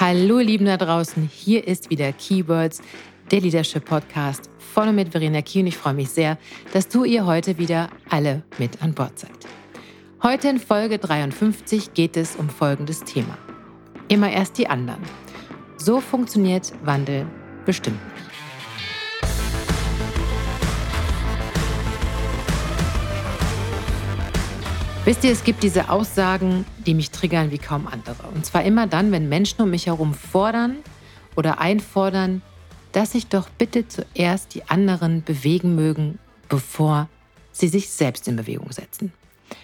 Hallo ihr Lieben da draußen, hier ist wieder Keywords, der Leadership Podcast von und mit Verena Key und ich freue mich sehr, dass ihr heute wieder alle mit an Bord seid. Heute in Folge 53 geht es um folgendes Thema. Immer erst die anderen. So funktioniert Wandel bestimmt nicht. Wisst ihr, es gibt diese Aussagen, die mich triggern wie kaum andere. Und zwar immer dann, wenn Menschen um mich herum fordern oder einfordern, dass sich doch bitte zuerst die anderen bewegen mögen, bevor sie sich selbst in Bewegung setzen.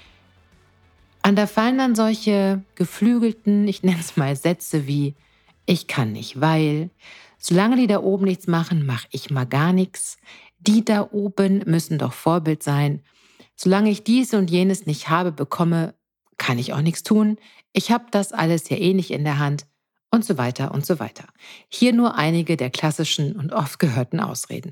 Und da fallen dann solche geflügelten, ich nenne es mal Sätze wie, ich kann nicht, weil, solange die da oben nichts machen, mache ich mal gar nichts. Die da oben müssen doch Vorbild sein. Solange ich dies und jenes nicht habe, bekomme, kann ich auch nichts tun. Ich habe das alles ja eh nicht in der Hand und so weiter und so weiter. Hier nur einige der klassischen und oft gehörten Ausreden.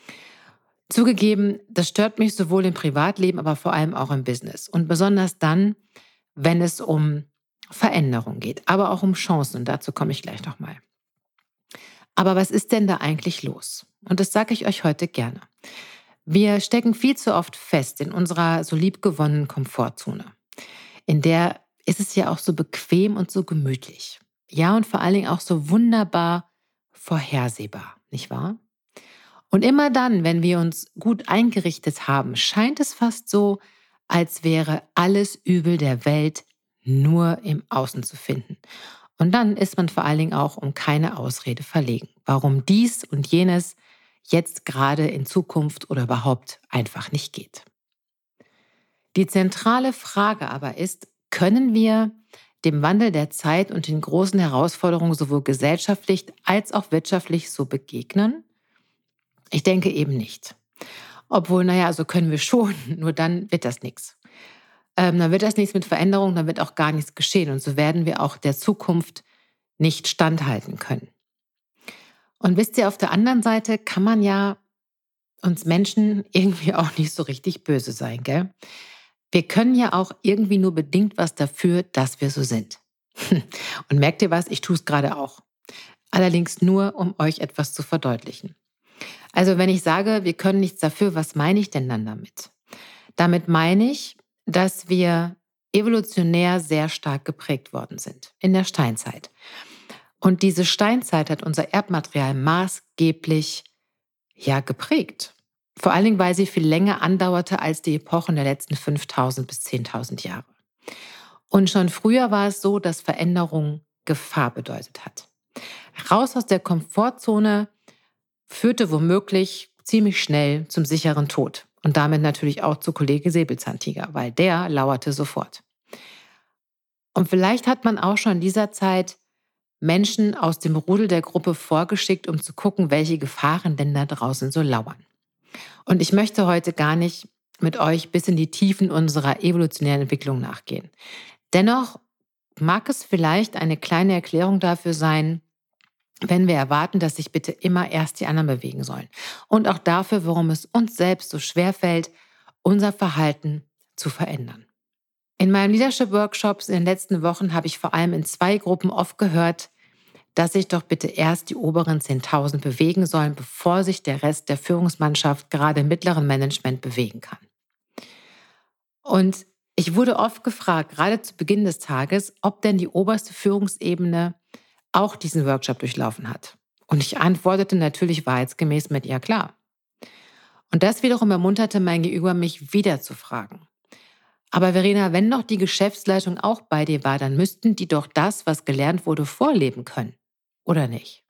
Zugegeben, das stört mich sowohl im Privatleben, aber vor allem auch im Business. Und besonders dann, wenn es um Veränderung geht, aber auch um Chancen. Und dazu komme ich gleich nochmal. Aber was ist denn da eigentlich los? Und das sage ich euch heute gerne. Wir stecken viel zu oft fest in unserer so liebgewonnenen Komfortzone. In der ist es ja auch so bequem und so gemütlich. Ja, und vor allen Dingen auch so wunderbar vorhersehbar, nicht wahr? Und immer dann, wenn wir uns gut eingerichtet haben, scheint es fast so, als wäre alles Übel der Welt nur im Außen zu finden. Und dann ist man vor allen Dingen auch um keine Ausrede verlegen, warum dies und jenes jetzt gerade in Zukunft oder überhaupt einfach nicht geht. Die zentrale Frage aber ist, können wir dem Wandel der Zeit und den großen Herausforderungen sowohl gesellschaftlich als auch wirtschaftlich so begegnen? Ich denke eben nicht. Obwohl, so können wir schon, nur dann wird das nichts. Dann wird das nichts mit Veränderung, dann wird auch gar nichts geschehen und so werden wir auch der Zukunft nicht standhalten können. Und wisst ihr, auf der anderen Seite kann man ja uns Menschen irgendwie auch nicht so richtig böse sein, gell? Wir können ja auch irgendwie nur bedingt was dafür, dass wir so sind. Und merkt ihr was? Ich tue es gerade auch. Allerdings nur, um euch etwas zu verdeutlichen. Also wenn ich sage, wir können nichts dafür, was meine ich denn dann damit? Damit meine ich, dass wir evolutionär sehr stark geprägt worden sind in der Steinzeit. Und diese Steinzeit hat unser Erbmaterial maßgeblich geprägt. Vor allen Dingen, weil sie viel länger andauerte als die Epochen der letzten 5.000 bis 10.000 Jahre. Und schon früher war es so, dass Veränderung Gefahr bedeutet hat. Raus aus der Komfortzone führte womöglich ziemlich schnell zum sicheren Tod. Und damit natürlich auch zu Kollege Säbelzahntiger, weil der lauerte sofort. Und vielleicht hat man auch schon in dieser Zeit Menschen aus dem Rudel der Gruppe vorgeschickt, um zu gucken, welche Gefahren denn da draußen so lauern. Und ich möchte heute gar nicht mit euch bis in die Tiefen unserer evolutionären Entwicklung nachgehen. Dennoch mag es vielleicht eine kleine Erklärung dafür sein, wenn wir erwarten, dass sich bitte immer erst die anderen bewegen sollen. Und auch dafür, warum es uns selbst so schwerfällt, unser Verhalten zu verändern. In meinen Leadership-Workshops in den letzten Wochen habe ich vor allem in 2 Gruppen oft gehört, dass sich doch bitte erst die oberen 10.000 bewegen sollen, bevor sich der Rest der Führungsmannschaft, gerade im mittleren Management, bewegen kann. Und ich wurde oft gefragt, gerade zu Beginn des Tages, ob denn die oberste Führungsebene auch diesen Workshop durchlaufen hat. Und ich antwortete natürlich wahrheitsgemäß mit ja klar. Und das wiederum ermunterte mein Gegenüber, mich wieder zu fragen. Aber Verena, wenn doch die Geschäftsleitung auch bei dir war, dann müssten die doch das, was gelernt wurde, vorleben können. Oder nicht?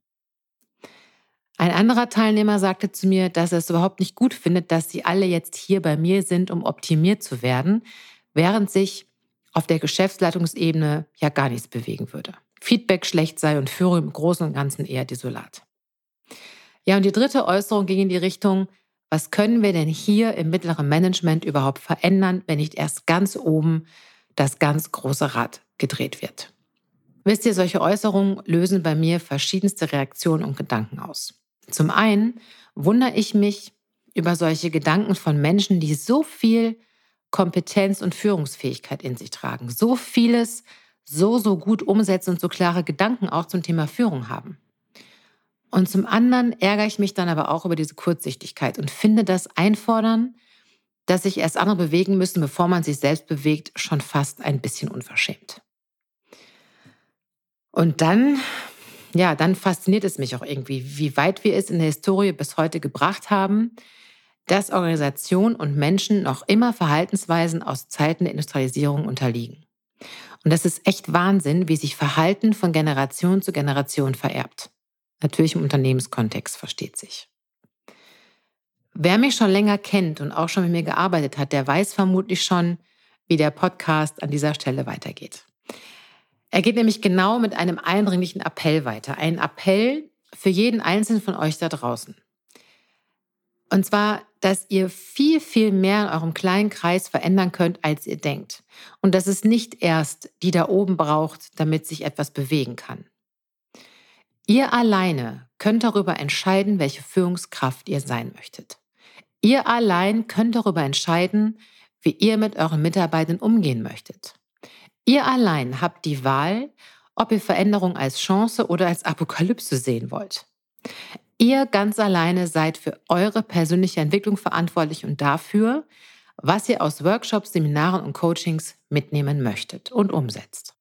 Ein anderer Teilnehmer sagte zu mir, dass er es überhaupt nicht gut findet, dass sie alle jetzt hier bei mir sind, um optimiert zu werden, während sich auf der Geschäftsleitungsebene ja gar nichts bewegen würde. Feedback schlecht sei und Führung im Großen und Ganzen eher desolat. Ja, und die dritte Äußerung ging in die Richtung, was können wir denn hier im mittleren Management überhaupt verändern, wenn nicht erst ganz oben das ganz große Rad gedreht wird? Wisst ihr, solche Äußerungen lösen bei mir verschiedenste Reaktionen und Gedanken aus. Zum einen wundere ich mich über solche Gedanken von Menschen, die so viel Kompetenz und Führungsfähigkeit in sich tragen, so vieles so gut umsetzen und so klare Gedanken auch zum Thema Führung haben. Und zum anderen ärgere ich mich dann aber auch über diese Kurzsichtigkeit und finde das Einfordern, dass sich erst andere bewegen müssen, bevor man sich selbst bewegt, schon fast ein bisschen unverschämt. Und dann fasziniert es mich auch irgendwie, wie weit wir es in der Historie bis heute gebracht haben, dass Organisationen und Menschen noch immer Verhaltensweisen aus Zeiten der Industrialisierung unterliegen. Und das ist echt Wahnsinn, wie sich Verhalten von Generation zu Generation vererbt. Natürlich im Unternehmenskontext, versteht sich. Wer mich schon länger kennt und auch schon mit mir gearbeitet hat, der weiß vermutlich schon, wie der Podcast an dieser Stelle weitergeht. Er geht nämlich genau mit einem eindringlichen Appell weiter. Ein Appell für jeden Einzelnen von euch da draußen. Und zwar, dass ihr viel mehr in eurem kleinen Kreis verändern könnt, als ihr denkt. Und dass es nicht erst die da oben braucht, damit sich etwas bewegen kann. Ihr alleine könnt darüber entscheiden, welche Führungskraft ihr sein möchtet. Ihr allein könnt darüber entscheiden, wie ihr mit euren Mitarbeitern umgehen möchtet. Ihr allein habt die Wahl, ob ihr Veränderung als Chance oder als Apokalypse sehen wollt. Ihr ganz alleine seid für eure persönliche Entwicklung verantwortlich und dafür, was ihr aus Workshops, Seminaren und Coachings mitnehmen möchtet und umsetzt.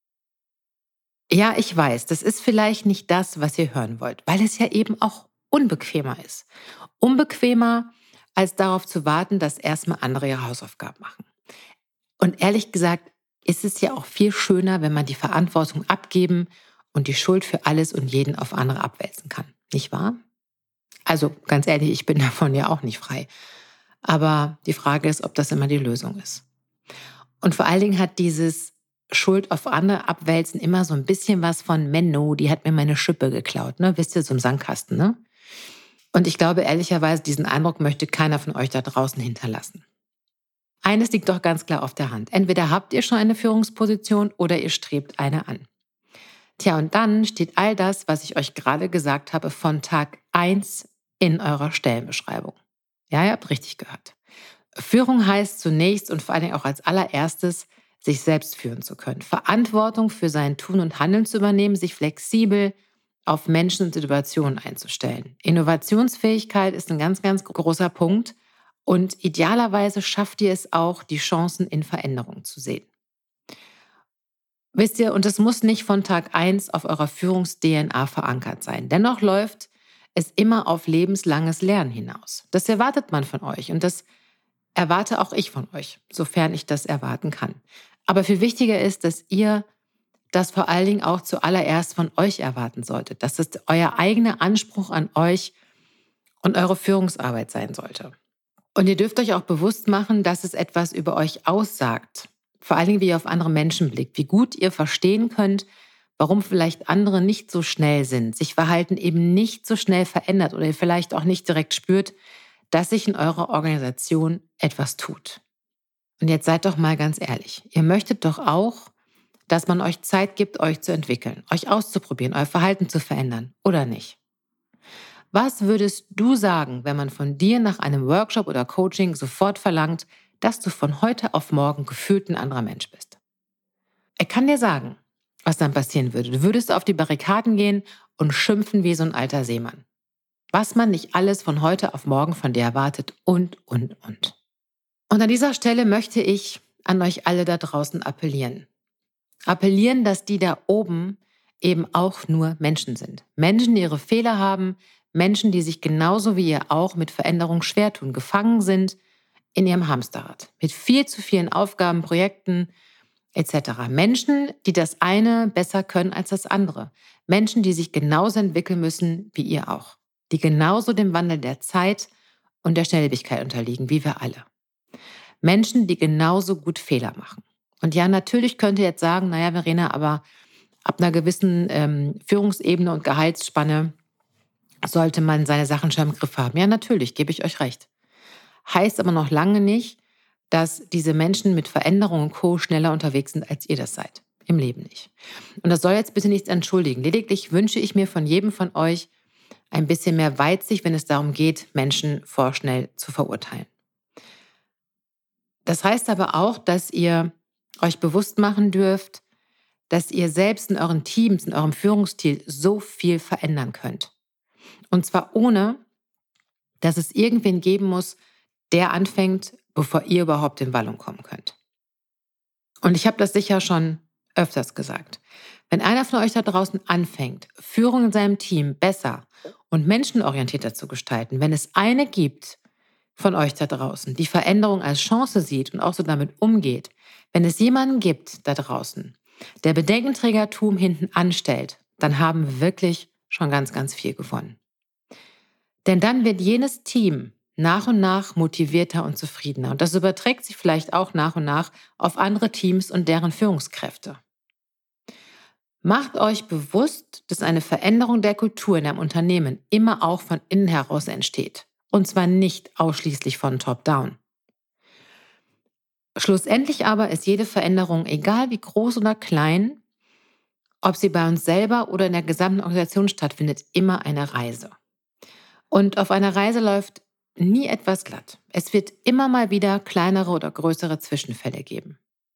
Ja, ich weiß, das ist vielleicht nicht das, was ihr hören wollt, weil es ja eben auch unbequemer ist. Unbequemer, als darauf zu warten, dass erstmal andere ihre Hausaufgaben machen. Und ehrlich gesagt, ist es ja auch viel schöner, wenn man die Verantwortung abgeben und die Schuld für alles und jeden auf andere abwälzen kann. Nicht wahr? Also ganz ehrlich, ich bin davon ja auch nicht frei. Aber die Frage ist, ob das immer die Lösung ist. Und vor allen Dingen hat dieses Schuld auf andere abwälzen immer so ein bisschen was von Menno, die hat mir meine Schippe geklaut, ne? Wisst ihr, so im Sandkasten, ne? Und ich glaube ehrlicherweise, diesen Eindruck möchte keiner von euch da draußen hinterlassen. Eines liegt doch ganz klar auf der Hand. Entweder habt ihr schon eine Führungsposition oder ihr strebt eine an. Tja, und dann steht all das, was ich euch gerade gesagt habe, von Tag 1 in eurer Stellenbeschreibung. Ja, ihr habt richtig gehört. Führung heißt zunächst und vor allen Dingen auch als allererstes, sich selbst führen zu können. Verantwortung für sein Tun und Handeln zu übernehmen, sich flexibel auf Menschen und Situationen einzustellen. Innovationsfähigkeit ist ein ganz großer Punkt. Und idealerweise schafft ihr es auch, die Chancen in Veränderung zu sehen. Wisst ihr, und es muss nicht von Tag 1 auf eurer Führungs-DNA verankert sein. Dennoch läuft es immer auf lebenslanges Lernen hinaus. Das erwartet man von euch und das erwarte auch ich von euch, sofern ich das erwarten kann. Aber viel wichtiger ist, dass ihr das vor allen Dingen auch zuallererst von euch erwarten solltet. Dass es euer eigener Anspruch an euch und eure Führungsarbeit sein sollte. Und ihr dürft euch auch bewusst machen, dass es etwas über euch aussagt. Vor allen Dingen, wie ihr auf andere Menschen blickt, wie gut ihr verstehen könnt, warum vielleicht andere nicht so schnell sind, sich Verhalten eben nicht so schnell verändert oder ihr vielleicht auch nicht direkt spürt, dass sich in eurer Organisation etwas tut. Und jetzt seid doch mal ganz ehrlich, ihr möchtet doch auch, dass man euch Zeit gibt, euch zu entwickeln, euch auszuprobieren, euer Verhalten zu verändern, oder nicht? Was würdest du sagen, wenn man von dir nach einem Workshop oder Coaching sofort verlangt, dass du von heute auf morgen gefühlt ein anderer Mensch bist? Er kann dir sagen, was dann passieren würde. Du würdest auf die Barrikaden gehen und schimpfen wie so ein alter Seemann. Was man nicht alles von heute auf morgen von dir erwartet und. Und an dieser Stelle möchte ich an euch alle da draußen appellieren. Appellieren, dass die da oben eben auch nur Menschen sind. Menschen, die ihre Fehler haben, Menschen, die sich genauso wie ihr auch mit Veränderung schwer tun, gefangen sind in ihrem Hamsterrad. Mit viel zu vielen Aufgaben, Projekten etc. Menschen, die das eine besser können als das andere. Menschen, die sich genauso entwickeln müssen wie ihr auch. Die genauso dem Wandel der Zeit und der Schnelllebigkeit unterliegen, wie wir alle. Menschen, die genauso gut Fehler machen. Und ja, natürlich könnt ihr jetzt sagen, naja, Verena, aber ab einer gewissen Führungsebene und Gehaltsspanne sollte man seine Sachen schon im Griff haben. Ja, natürlich, gebe ich euch recht. Heißt aber noch lange nicht, dass diese Menschen mit Veränderung und Co. schneller unterwegs sind, als ihr das seid. Im Leben nicht. Und das soll jetzt bitte nichts entschuldigen. Lediglich wünsche ich mir von jedem von euch ein bisschen mehr Weitsicht, wenn es darum geht, Menschen vorschnell zu verurteilen. Das heißt aber auch, dass ihr euch bewusst machen dürft, dass ihr selbst in euren Teams, in eurem Führungsstil so viel verändern könnt. Und zwar ohne, dass es irgendwen geben muss, der anfängt, bevor ihr überhaupt in Wallung kommen könnt. Und ich habe das sicher schon öfters gesagt. Wenn einer von euch da draußen anfängt, Führung in seinem Team besser und menschenorientierter zu gestalten, wenn es eine gibt von euch da draußen, die Veränderung als Chance sieht und auch so damit umgeht, wenn es jemanden gibt da draußen, der Bedenkenträgertum hinten anstellt, dann haben wir wirklich schon ganz, ganz viel gewonnen. Denn dann wird jenes Team nach und nach motivierter und zufriedener. Und das überträgt sich vielleicht auch nach und nach auf andere Teams und deren Führungskräfte. Macht euch bewusst, dass eine Veränderung der Kultur in einem Unternehmen immer auch von innen heraus entsteht. Und zwar nicht ausschließlich von top-down. Schlussendlich aber ist jede Veränderung, egal wie groß oder klein, ob sie bei uns selber oder in der gesamten Organisation stattfindet, immer eine Reise. Und auf einer Reise läuft nie etwas glatt. Es wird immer mal wieder kleinere oder größere Zwischenfälle geben.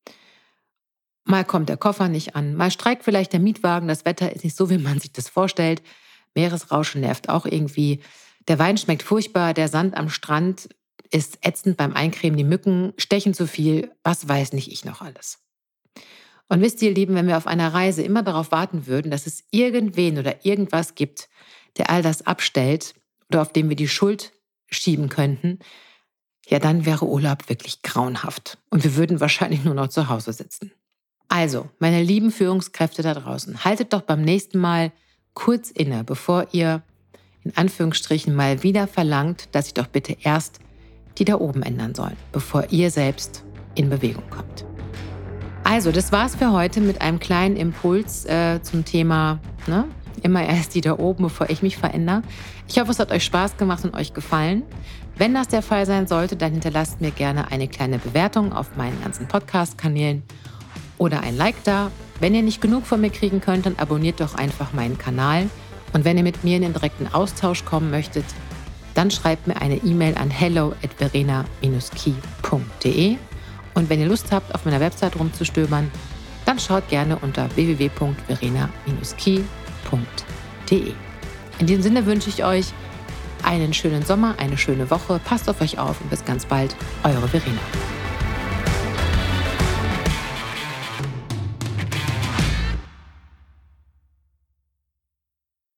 Mal kommt der Koffer nicht an, mal streikt vielleicht der Mietwagen, das Wetter ist nicht so, wie man sich das vorstellt. Meeresrauschen nervt auch irgendwie. Der Wein schmeckt furchtbar, der Sand am Strand ist ätzend beim Eincremen, die Mücken stechen zu viel, was weiß nicht ich noch alles. Und wisst ihr, ihr Lieben, wenn wir auf einer Reise immer darauf warten würden, dass es irgendwen oder irgendwas gibt, der all das abstellt oder auf dem wir die Schuld schieben könnten, ja, dann wäre Urlaub wirklich grauenhaft und wir würden wahrscheinlich nur noch zu Hause sitzen. Also, meine lieben Führungskräfte da draußen, haltet doch beim nächsten Mal kurz inne, bevor ihr in Anführungsstrichen mal wieder verlangt, dass sich doch bitte erst die da oben ändern sollen, bevor ihr selbst in Bewegung kommt. Also, das war's für heute mit einem kleinen Impuls zum Thema, immer erst die da oben, bevor ich mich verändere. Ich hoffe, es hat euch Spaß gemacht und euch gefallen. Wenn das der Fall sein sollte, dann hinterlasst mir gerne eine kleine Bewertung auf meinen ganzen Podcast-Kanälen oder ein Like da. Wenn ihr nicht genug von mir kriegen könnt, dann abonniert doch einfach meinen Kanal. Und wenn ihr mit mir in den direkten Austausch kommen möchtet, dann schreibt mir eine E-Mail an hello@verena-key.de. Und wenn ihr Lust habt, auf meiner Website rumzustöbern, dann schaut gerne unter www.verena-key.de. In diesem Sinne wünsche ich euch einen schönen Sommer, eine schöne Woche. Passt auf euch auf und bis ganz bald. Eure Verena.